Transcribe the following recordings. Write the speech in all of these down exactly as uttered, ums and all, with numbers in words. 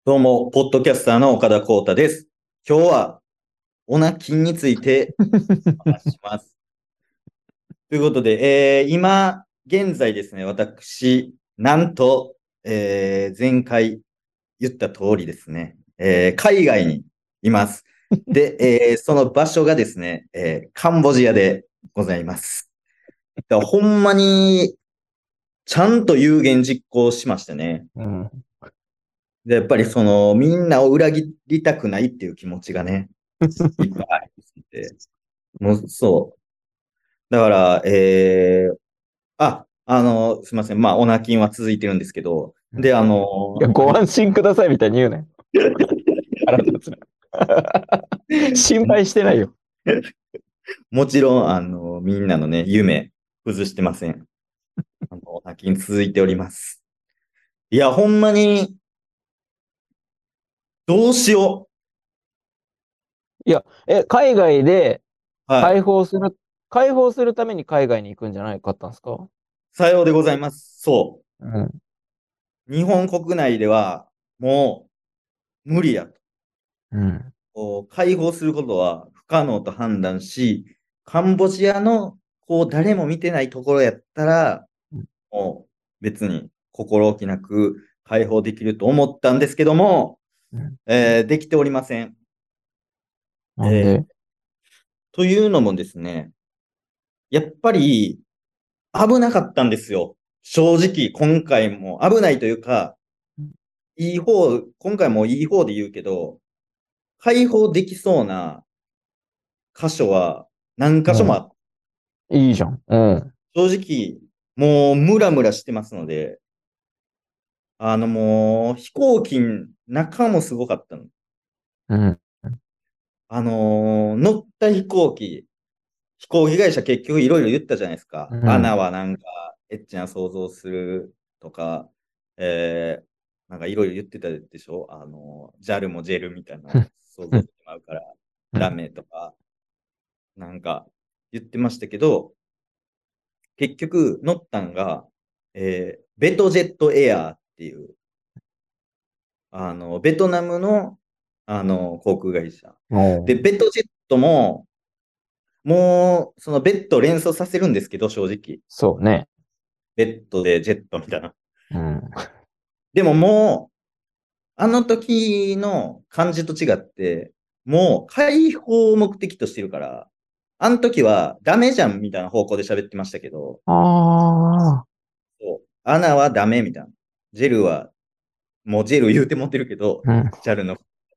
どうも、ポッドキャスターの岡田光太です。今日は、オナキンについてお話しします。ということで、えー今、現在ですね、私、なんと、えー前回言った通りですね、えー海外にいます。で、えーその場所がですね、えーカンボジアでございます。だからほんまに、ちゃんと有言実行しましたね。 うん。 で、やっぱりその、みんなを裏切りたくないっていう気持ちがね、いっぱいありますので、もう、そう。だから、えー、あ、あの、すみません。まあ、オナキンは続いてるんですけど、で、あいや、 の、 ご安心くださいみたいに言うね。腹立つな。心配してないよ。 もちろん、あの、みんなのね、夢、崩してません。あの、オナキン続いております。いや、ほんまに、どうしよいや、え、海外でう。は解い。 放する、解放するために海外に行くんじゃないかったんですか？ さようでございます。そうん。 う。日本国内では、もう、無理やと。 うん。 こう解放することは不可能と判断し、カンボジアのこう誰も見てないところやったら、もう別に心置きなく解放できると思ったんですけども、 うん。 えーできておりません。えーなんで？ というのもですね、やっぱり危なかったんですよ。正直、今回も危ないというか、いい方、今回もいい方で言うけど、解放できそうな箇所は何箇所もあうん。 っいいじゃん。うん。 正直、もうムラムラしてますので、あのもう飛行機の中もすごかったの。 うん。 あのー乗った飛行機、飛行機会社結局いろいろ言ったじゃないですか。アナうん。 はなんかエッチな想像するとか、えー、なんかいろいろ言ってたでしょ。あのー、ジャルもジェルみたいな想像してまうからダうん。 メとか、なんか言ってましたけど、結局乗ったんが、えー、ベトジェットエアーっていう、あの、ベトナムの、あの、航空会社。で、 おー。 ベトジェットも、もう、そのベッド連想させるんですけど、正直。 そうね。 ベッドでジェットみたいな。 うん。 でももう、あの時の感じと違って、もう解放を目的としてるから、あの時はダメじゃんみたいな方向で喋ってましたけど、 ああ。 そうアナはダメみたいな。ジェルは、もうジェル言うて持ってるけど、 うん。 ジャルの、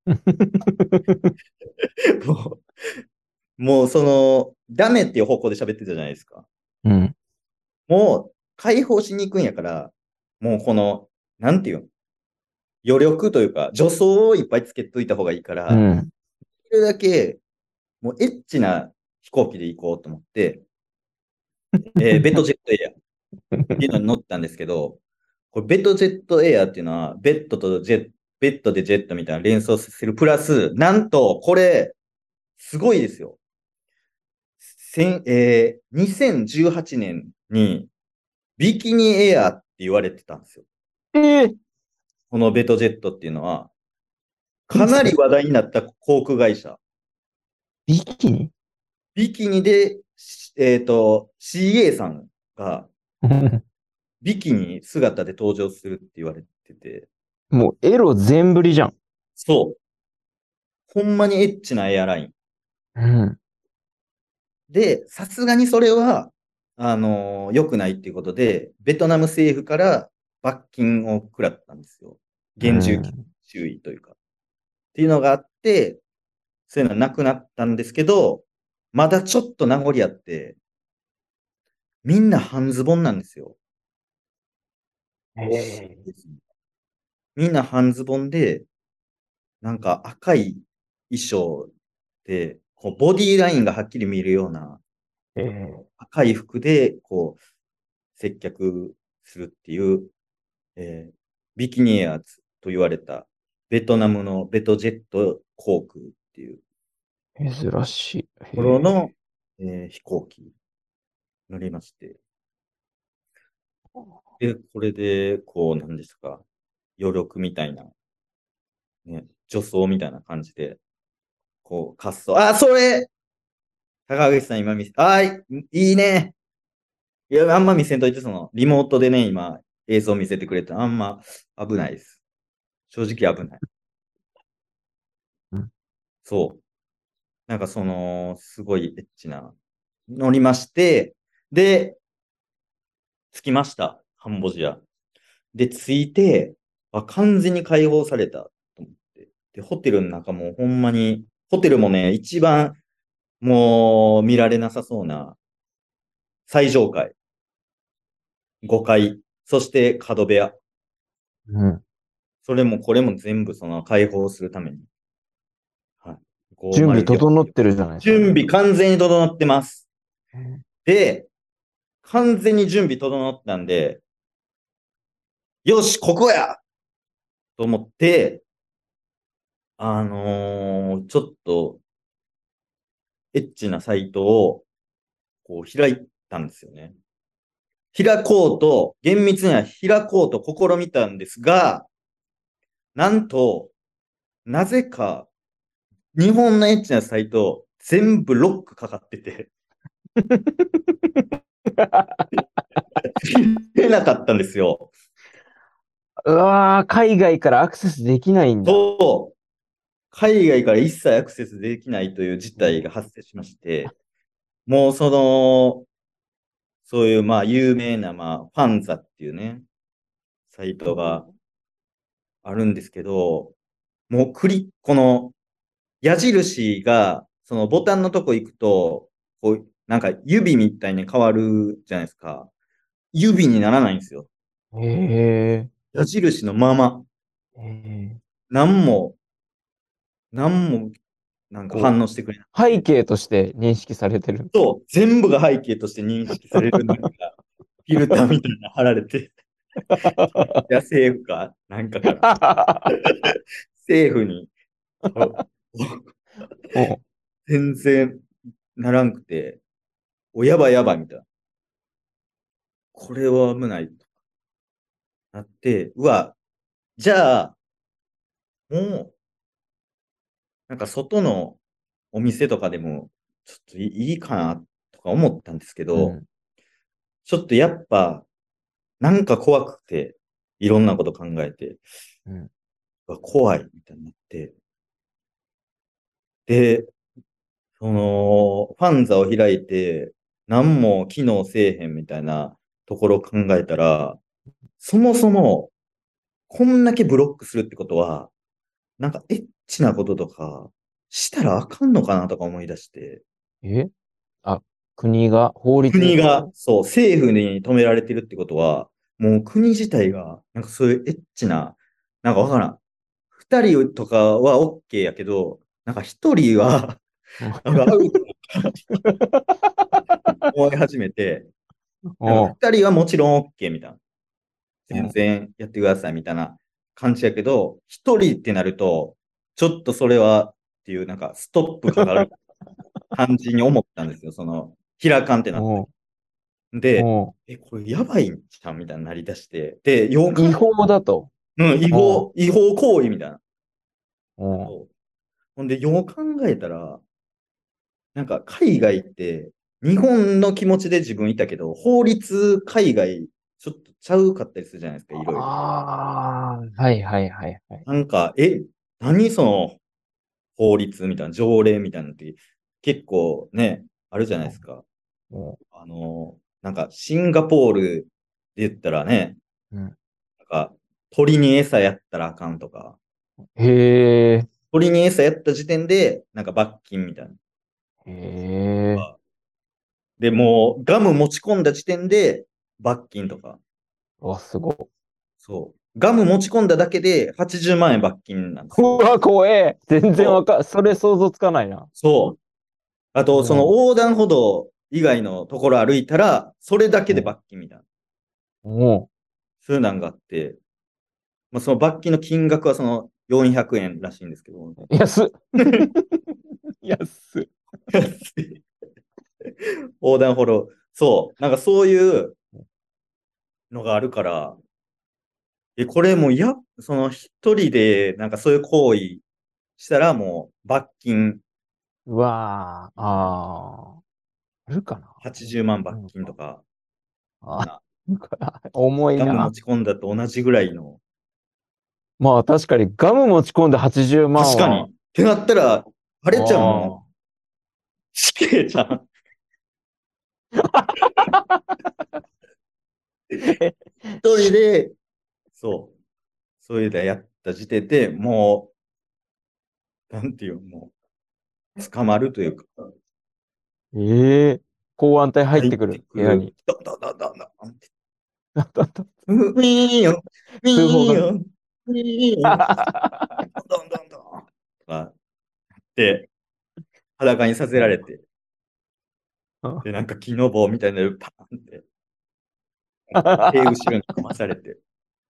もう、もうその、ダメっていう方向で喋ってたじゃないですか。 うん。 もう解放しに行くんやから、もうこの、なんていうの、余力というか、助走をいっぱいつけといた方がいいから、 うん。 できるだけ、もうエッチな飛行機で行こうと思って、えーベッドジェットエアっていうのに乗ったんですけど、これベッドジェットエアっていうのは、ベッドとジェット、ベッドでジェットみたいな連想させるプラス、なんと、これ、すごいですよ。せんえーにせんじゅうはちねんにビキニエアって言われてたんですよ。 ええ。 このベトジェットっていうのは、か何それ？ なり話題になった航空会社。 ビキニ？ ビキニで、えっと、シーエー さんがうん。 ビキニ姿で登場するって言われてて、 もうエロ全振りじゃん。 そう、ほんまにエッチなエアライン。 うん。 で、さすがにそれは、あのー良くないっていうことで、ベトナム政府から罰金を食らったんですよ。 う厳重ん。 注意というか。っていうのがあって、そういうのはなくなったんですけど、まだちょっと名残あって、みんな半ズボンなんですよ。 ええ。 みんな半ズボンで、なんか赤い衣装で、こうボディーラインがはっきり見えるようなええ。 赤い服で、こう、接客するっていう、えービキニエアーズと言われた、ベトナムのベトジェット航空っていう珍しい。 ところへの、えー飛行機乗りまして、で、これで、こう、なんですか、余力みたいな。 女装みたいな感じで、こう、滑走。あ、それ高口さん今見せ、あーい、いいね。いや、あんま見せんといて、その、リモートでね、今、映像見せてくれて、あんま危ないです。正直危ない。 うん。 そう。なんかその、すごいエッチな、乗りまして、で、着きました。カンボジア。で、着いて、あ、完全に解放されたと思って。で、ホテルの中もほんまに、ホテルもね、一番もう見られなさそうな最上階、ごかい、そして角部屋。 うん。 それもこれも全部その解放するために。はい。 準備ごまるよん。 整ってるじゃないですか。 準備完全に整ってます。 うん。 で、完全に準備整ったんで、よし、ここやと思って、あのーちょっとエッチなサイトをこう開いたんですよね。開こうと、厳密には開こうと試みたんですが、なんと、なぜか日本のエッチなサイト全部ロックかかってて、出なかったんですよ。 うわー、海外からアクセスできないんだ。 と、海外から一切アクセスできないという事うん。 態が発生しまして、もうその、そういうまあ有名なまあファンザっていうね、サイトがあるんですけど、もうクリック、この矢印が、そのボタンのとこ行くと、こう、なんか指みたいに変わるじゃないですか。指にならないんですよ。 へえ。 矢印のまま。 へえ。 なんも、なんも、なんかこう、 反応してくれなくて。 背景として認識されてる。 そう、全部が背景として認識されるなんか、フィルターみたいなの貼られて、いや、政府か、なんかから、政府に、そうおう。 全然ならんくて、お、やばいやばいみたいな。これは危ないとなって、うわ、じゃあ、もう、なんか外のお店とかでも、ちょっといいいかなとか思ったんですけど、 うん。 ちょっとやっぱ、なんか怖くて、いろんなこと考えて、 うん。 うわ怖いみたいになって、で、その、ファンザを開いて、何も機能せえへんみたいなところを考えたら、そもそも、こんだけブロックするってことは、なんかエッチなこととか、したらあかんのかなとか思い出して、 えあ、国が、法律でっ国が、 てこと？ そう、政府に止められてるってことは、もう国自体が、なんかそういうエッチな、なんかわからん。二人とかはオッケーやけど、なんか一人は、 うん。 なんかアウトかなって思い始めて、なんかおう。 二人はもちろんオッケーみたいな。全うん。 然やってくださいみたいな感じやけど、一人ってなると、ちょっとそれはっていう、なんかストップかかる感じに思ったんですよ。その、開かんってなったおう。 時。で、 おう。 え、これやばいんちゃうみたいになりだして、で、ようかん、 違法だと。 うん、違おう。 法、違法行為みたいな。 おう。 そうほんで、よう考えたら、なんか海外って、日本の気持ちで自分いたけど、法律海外、ちょっとちゃうかったりするじゃないですか、いろいろ。 ああ、はいはいはいはい。 なんか、え、何その法律みたいな、条例みたいなのって結構ね、あるじゃないですか。 おう。 あの、なんかシンガポールで言ったらね、 うん。 なんか鳥に餌やったらあかんとか、 へえ。 鳥に餌やった時点で、なんか罰金みたいな。 へえ。 で、もうガム持ち込んだ時点で罰金とか。 うわ、すごい。 そう。ガム持ち込んだだけではちじゅうまん円罰金なんですよ。 うわ、怖え。全然そう。 わか、それ想像つかないな。 そう。あと、そのおう。 横断歩道以外のところ歩いたら、それだけでおう。 罰金みたいな。 おう。 そういうのがあって、まあ、その罰金の金額はそのよんひゃくえんらしいんですけど、 安っ。安っ。 安い横断歩道、そう、なんかそういうのがあるから、え、これもうや、その一人でなんかそういう行為したらもう罰金うわー、あー、あるかな。 はちじゅうまん罰うんか。 金とか、そんあ、 な、 重いガム持な。 ち込んだと同じぐらいの、 まあ確かにガム持ち込んではちじゅうまんは、 確かに。ってなったら、あれちゃんもうあ死刑じゃん。 あ。 一人で、そう、そういうのやった時点でもう、なんていうの、もう、捕まるというか、 ええ、公安隊入っ入っててくる、 くる、 部屋に。 ドンドンドンドンドンって、 だったったウィーンよ、ウィー通報が。 ンよ、ウィーンよ、ドンドンドンとかで、裸にさせられて、で、なんか木の棒みたいなのパーンって、手後ろに組まされて、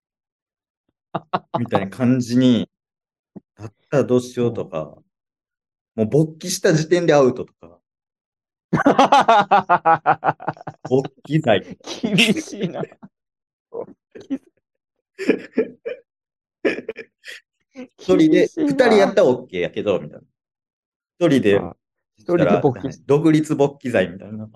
みたいな感じにだったらどうしようとか、もう勃起した時点でアウトとか、勃起罪とか、 厳しいな。 一人で、 厳しい二人やっな。 たら OK やけど、みたいな。一人であ、一人でしたら、 勃起し独立勃起罪みたいな。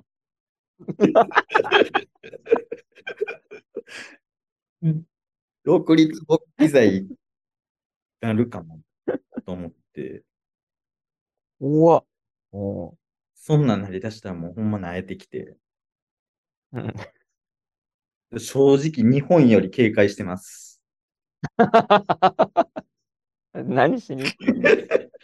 独立勃起罪になるかもと思って、 怖っ。おそんなんなりだしたらもうほんま慣れてきて、 うん。 正直日本より警戒してます。 何しに行ってんの？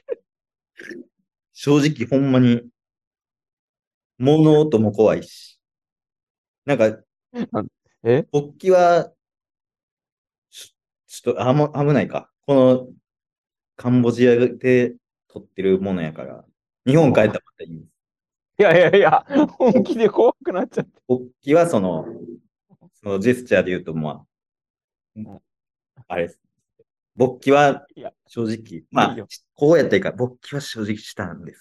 正直ほんまに物音も怖いし。なんか、 なんえ勃起はちちょっとあも危ないか。このカンボジアで撮ってるものやから。日本帰ったらまたいいんです。 いやいやいや、本気で怖くなっちゃって。 勃起はその、そのジェスチャーで言うと、まあ、あれです。勃起はいや、 正直、まあ、 いいよ。 こうやったらいいか、勃起は正直したんです。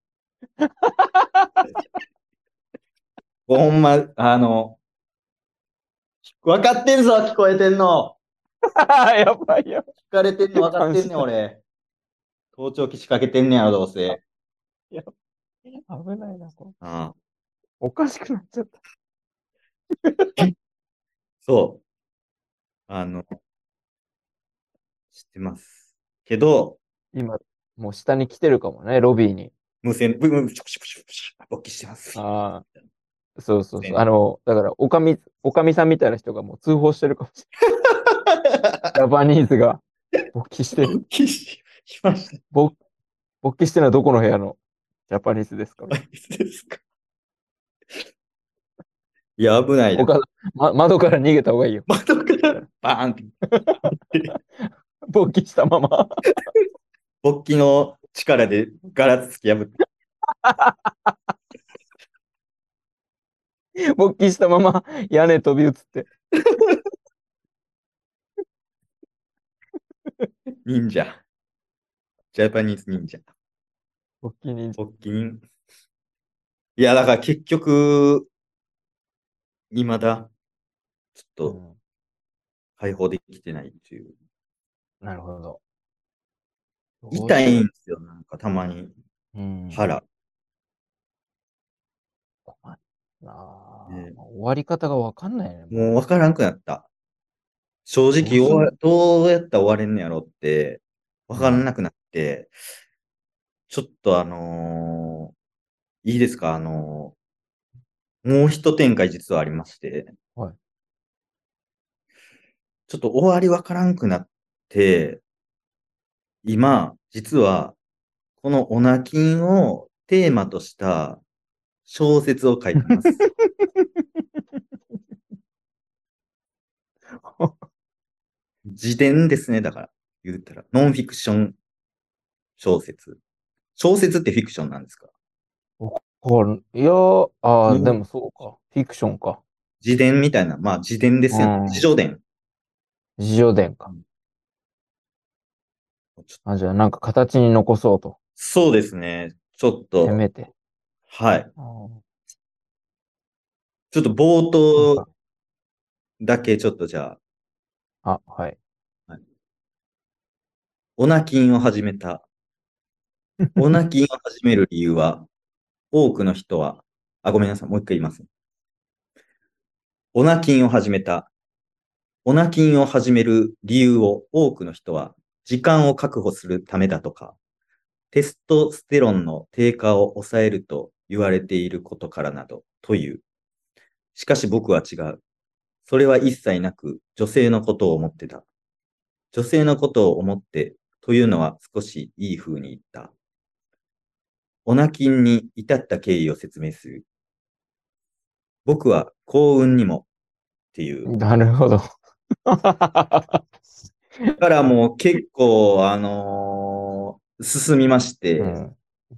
ほんま、あの、分かってんぞ、聞こえてんの。 やばいよ。 聞かれてんの分かってんねん、 監視だ。 俺。盗聴器仕掛けてんねやろ、どうせ。 いや、危ないな、これ。 ああ、 おかしくなっちゃった。 そう。あの、知ってます。けど、 今、もう下に来てるかもね、ロビーに。 無線、ブンブン、プシュプシュプシュプシュ、勃起してます。 ああ、そうそうそう。 無線で。 あの、だから、おかみ、おかみさんみたいな人がもう通報してるかもしれない。ジャパニーズが勃起してる。 勃起ししました。 勃勃起してるのはどこの部屋のジャパニーズですかみたいな。 いつですか？いや、危ないな。 他の、ま、窓から逃げた方がいいよ。 窓からバーンって、 勃起したまま。 勃起の力でガラス突き破って、 勃起したまま屋根飛び移って。 忍者。ジャパニーズ忍者。 勃起忍者。 勃起忍。いや、だから結局、未だ、ちょっとうん。 解放できてないっていう。 なるほど。どう痛いんしよですよ、なんかたまに。 う。うん。 腹。 困ったなあ、 ね、 終わり方がわかんないね、 もうもわからんくなった。正う。ど直終わ、 うすんの？ どうやったら終われんのやろって、わからうん。 なくなって、ちょっとあのーいいですか？あのーもう一展開実はありまして、 はい。 ちょっと終わりわからんくなって、今、実は、このオナキンをテーマとした小説を書いてます。自伝ですね、だから、言ったら。ノンフィクション小説。小説ってフィクションなんですか？ これ、いやー、あー、でもうもそうか。フィクションか。 自伝みたいな、まあ自伝ですよね。自うん。 叙伝。 自叙伝か。 うん、ちょあ、じゃあなんか形に残そうと。 そうですね。ちょっと、 せめて。 はい。 あー、 ちょっと冒頭なんか、 だけちょっとじゃあ、はい。 あ、はい、オナキンを始めたオナキンを始める理由は、多くの人は、あ、ごめんなさい、もう一回言います。オナキンを始めた。オナキンを始める理由を多くの人は、時間を確保するためだとか、テストステロンの低下を抑えると言われていることからなどという。しかし僕は違う。それは一切なく、女性のことを思ってた。女性のことを思ってというのは少しいい風に言った。オナキンに至った経緯を説明する。僕は幸運にもっていう。 なるほど。 だからもう結構、あのー進みましうて、 ん。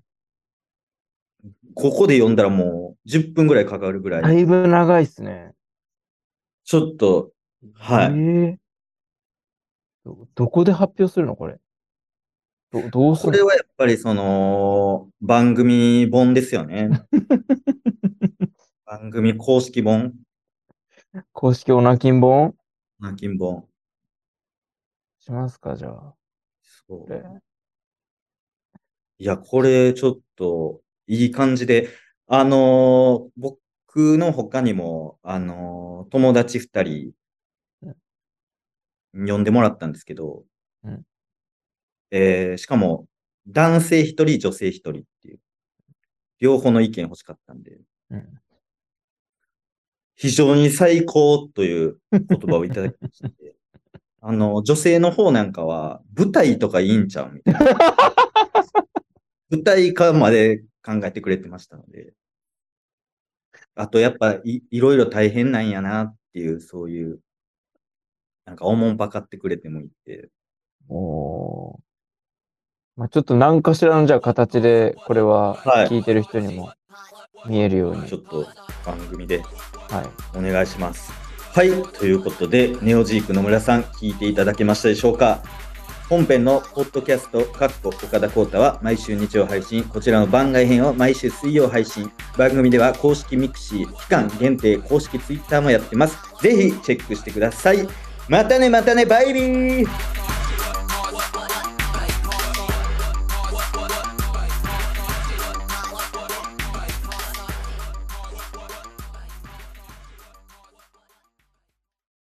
ここで読んだらもうじゅっぷんぐらいかかるぐらだい、 いぶ長いっすね。 ちょっと、はい。 ええど、どこで発表するのこれ。ど、どうすんの？ これはやっぱりその、番組本ですよね。番組公式本、 公式オナキン本ナキン本。 しますか、じゃあ。これ。 そう。いや、これちょっといい感じで、あのー僕の他にも、あのー友達二人うん呼んでもらったんですけど、 うん。 えーしかも男性一人、女性一人っていう、両方の意見欲しかったんで、 うん。 非常に最高という言葉をいただきまして、あの、女性の方なんかは、舞台とかいいんちゃうみたいな。舞台化まで考えてくれてましたので、あとやっぱい、いろいろ大変なんやなっていう、そういう、なんかおもんぱかってくれてもいいって、 おー。まあ、ちょっと何かしらのじゃあ形で、これははい、 聞いてる人にも見えるように。 ちょっと番組ではい。 お願いします。はい、ということで、ネオジーク野村さん、聞いていただけましたでしょうか。本編のポッドキャスト、かっこ岡田光太は毎週日曜配信、こちらの番外編を毎週水曜配信。番組では公式ミクシー、期間限定公式ツイッターもやってます。ぜひチェックしてください。またね、またね、バイビー。